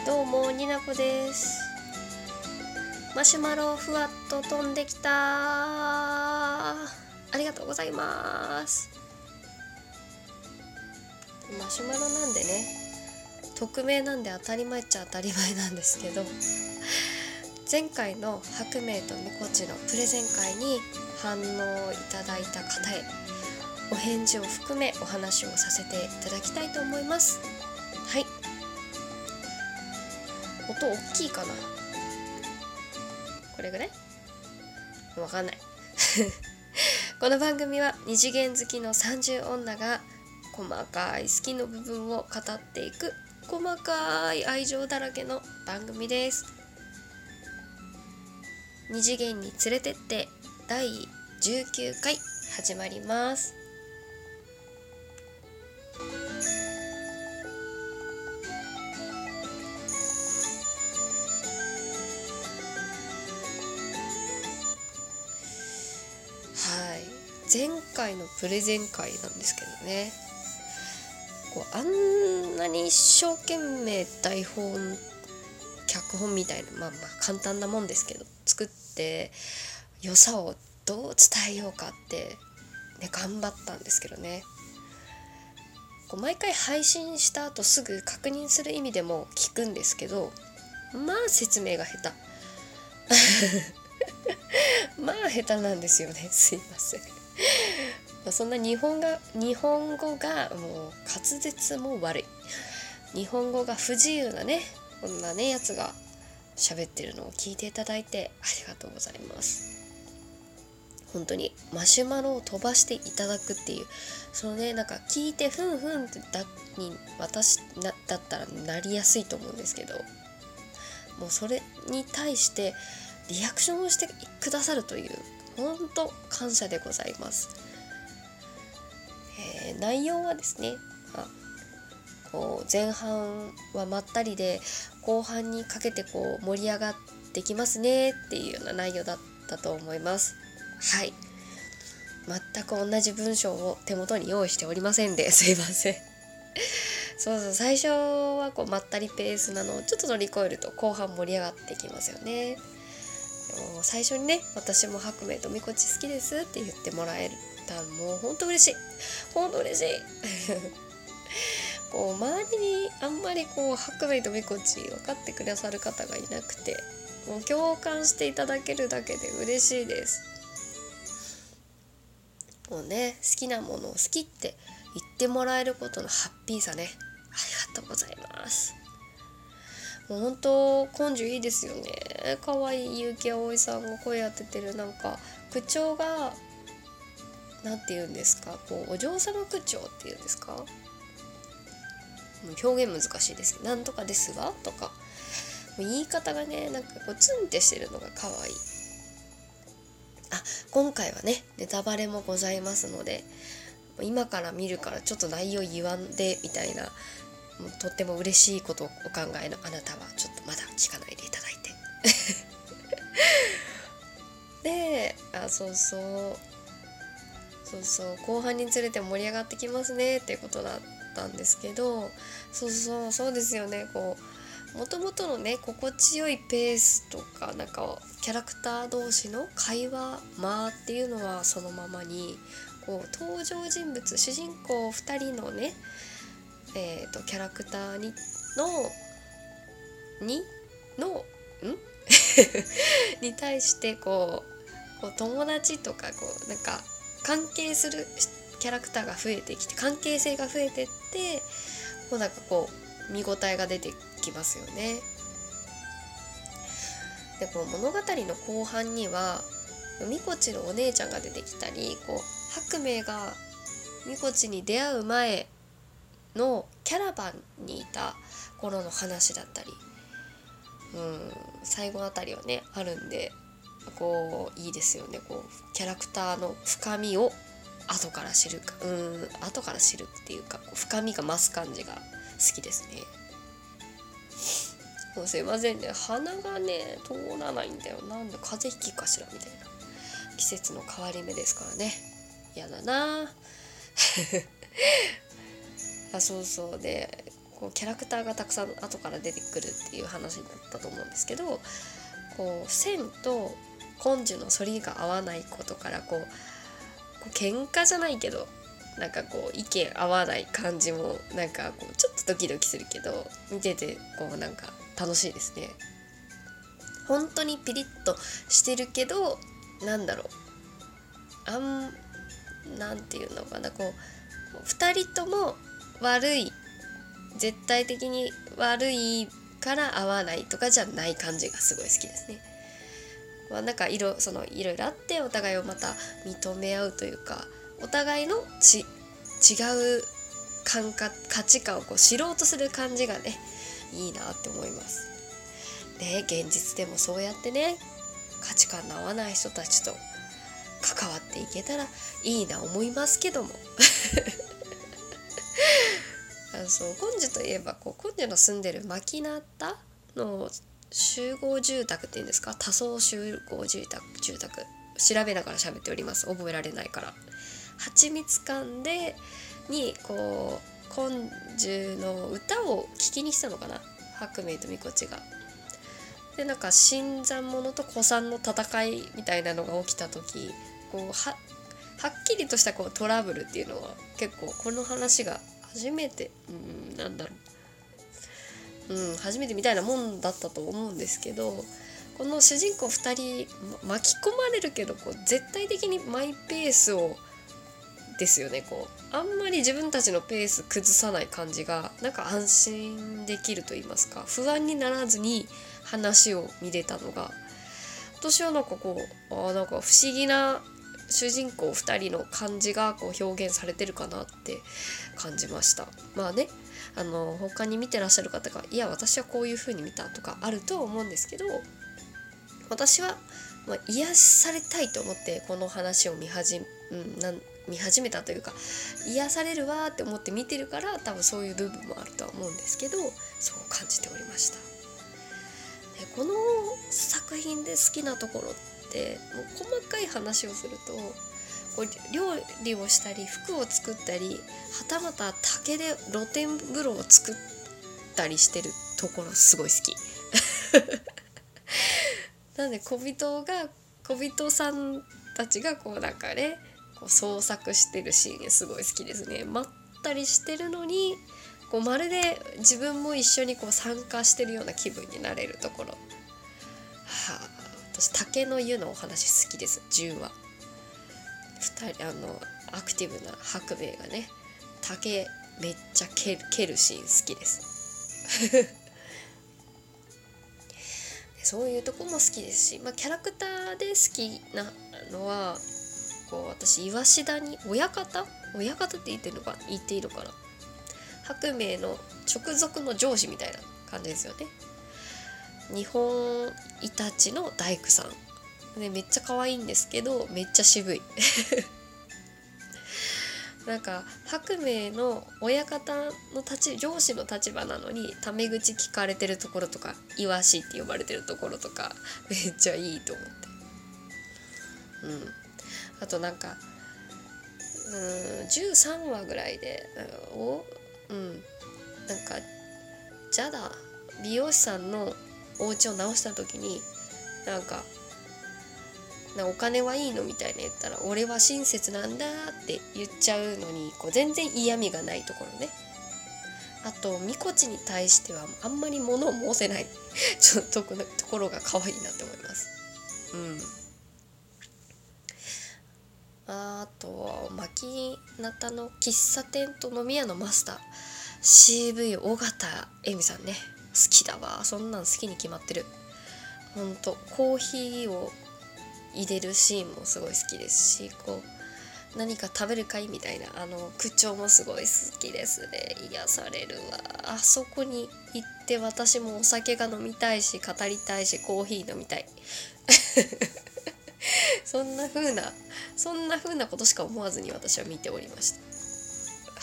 どうもになこです。マシュマロふわっと飛んできた。ありがとうございます。マシュマロなんでね、匿名なんで当たり前っちゃ当たり前なんですけど、前回の白明とみこちのプレゼン会に反応いただいた方へお返事を含めお話をさせていただきたいと思います。はい、音大きいかな、これぐらいわかんないこの番組は二次元好きの30女が細かい好きの部分を語っていく細かい愛情だらけの番組です。二次元に連れてって第19回始まります。前回のプレゼン会なんですけどね、あんなに一生懸命台本脚本みたいな、まあ簡単なもんですけど作って良さをどう伝えようかって、ね、頑張ったんですけどね、毎回配信した後すぐ確認する意味でも聞くんですけど、まあ説明が下手まあ下手なんですよね。すいませんそんな日本語がもう滑舌も悪い、日本語が不自由なね、こんなねやつが喋ってるのを聞いていただいてありがとうございます。本当にマシュマロを飛ばしていただくっていう、そのね、なんか聞いてふんふんって私だったらなりやすいと思うんですけど、もうそれに対してリアクションをしてくださるという、本当感謝でございます。内容はですね、前半はまったりで後半にかけて盛り上がってきますねっていうような内容だったと思います。はい、全く同じ文章を手元に用意しておりませんですいませんそう最初はまったりペースなのをちょっと乗り越えると後半盛り上がってきますよね。最初にね、私も白明とみこち好きですって言ってもらえたらもう本当嬉しい周りにあんまり白明とみこち分かってくださる方がいなくて、もう共感していただけるだけで嬉しいです。もうね、好きなものを好きって言ってもらえることのハッピーさね、ありがとうございます。もう本当根性いいですよね。可愛い結城葵さんが声当ててる、なんか口調がなんて言うんですか、お嬢様口調っていうんですか、表現難しいですけど、なんとかですわとか、言い方がね、なんかツンってしてるのが可愛い。今回はねネタバレもございますので、今から見るからちょっと内容言わんでみたいな、とっても嬉しいことをお考えのあなたはちょっとまだ聞かないでいただいてで、後半につれて盛り上がってきますねっていうことだったんですけど、そうですよね。もともとのね心地よいペースとか、なんかキャラクター同士の会話っていうのはそのままに、登場人物主人公2人のね、キャラクターにに対して友達とかなんか関係するキャラクターが増えてきて、関係性が増えてって、なんか見応えが出てきますよね。で物語の後半にはみこちのお姉ちゃんが出てきたり、白明がみこちに出会う前のキャラバンにいた頃の話だったり、最後あたりはねあるんで、いいですよね。キャラクターの深みを後から知るっていうか、深みが増す感じが好きですね。もうすいませんね、鼻がね通らないんだよ。なんだ風邪ひきかしらみたいな、季節の変わり目ですからね、やだなでこうキャラクターがたくさん後から出てくるっていう話だったと思うんですけど、こう千と根樹の反りが合わないことからこう喧嘩じゃないけどなんかこう意見合わない感じもなんかこうちょっとドキドキするけど見ててこうなんか楽しいですね。本当にピリッとしてるけどなんだろうなんていうのかな、こう2人とも悪い絶対的に悪いから合わないとかじゃない感じがすごい好きですね。なんかいろいろあってお互いをまた認め合うというか、お互いの違う価値観をこう知ろうとする感じがねいいなって思います。で現実でもそうやってね価値観の合わない人たちと関わっていけたらいいな思いますけどもそう根樹といえば根樹の住んでる牧中の集合住宅っていうんですか、多層集合住宅調べながら喋っております。覚えられないから。蜂蜜館にこう根樹の歌を聴きに来たのかな、白明とみこちが。でなんか新参者と古参の戦いみたいなのが起きた時こうはっきりとしたこうトラブルっていうのは結構この話が初めて初めてみたいなもんだったと思うんですけど、この主人公2人巻き込まれるけどこう絶対的にマイペースをですよね。こうあんまり自分たちのペース崩さない感じがなんか安心できると言いますか、不安にならずに話を見れたのが私はなんかこうなんか不思議な主人公2人の感じがこう表現されてるかなって感じました。まあね他に見てらっしゃる方がいや私はこういう風に見たとかあるとは思うんですけど、私は、癒されたいと思ってこの話を見始めたというか、癒されるわって思って見てるから多分そういう部分もあるとは思うんですけど、そう感じておりました。でこの作品で好きなところってもう細かい話をするとこう料理をしたり服を作ったりはたまた竹で露天風呂を作ったりしてるところすごい好きなんで小人さんたちがこうなんかねこう創作してるシーンすごい好きですね。まったりしてるのにこうまるで自分も一緒にこう参加してるような気分になれるところ、私竹の湯のお話好きです。10話2人アクティブな白明がね竹めっちゃ蹴るシーン好きですそういうとこも好きですし、キャラクターで好きなのはこう私岩シダに親方って言っていいのかな、白明の直属の上司みたいな感じですよね。日本イタチの大工さんでめっちゃ可愛いんですけどめっちゃ渋いなんか白明の親方の上司の立場なのにタメ口聞かれてるところとかイワシって呼ばれてるところとかめっちゃいいと思って、あとなんか13話ぐらいでなんかジャダ美容師さんのお家を直した時になんかお金はいいのみたいな言ったら俺は親切なんだって言っちゃうのにこう全然嫌味がないところね。あとみこちに対してはあんまり物を申せないちょっとところが可愛いなって思います。あとは牧中の喫茶店と飲み屋のマスター CV 尾形恵美さんね好きだわ。そんなん好きに決まってる。ほんとコーヒーを入れるシーンもすごい好きですし、こう何か食べるかいみたいな口調もすごい好きですね。癒されるわ。あそこに行って私もお酒が飲みたいし語りたいしコーヒー飲みたいそんな風なことしか思わずに私は見ておりました。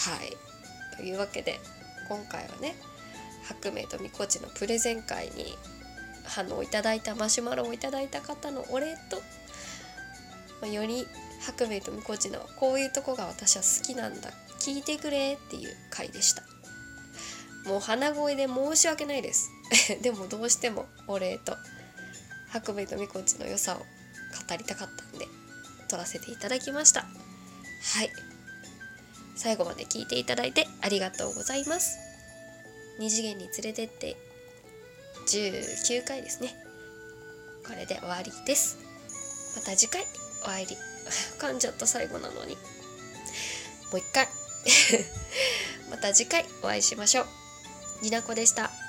はい、というわけで今回はね白明とみこちのプレゼン会にいただいたマシュマロをいただいた方のお礼と、より白明とみこちのこういうとこが私は好きなんだ聞いてくれっていう回でした。 もう鼻声で申し訳ないですでもどうしてもお礼と白米とみこっちの良さを語りたかったんで撮らせていただきました。はい、最後まで聞いていただいてありがとうございます。二次元に連れてって19回ですね。これで終わりです。また次回お会いり噛んじゃった最後なのにもう一回また次回お会いしましょう。になこでした。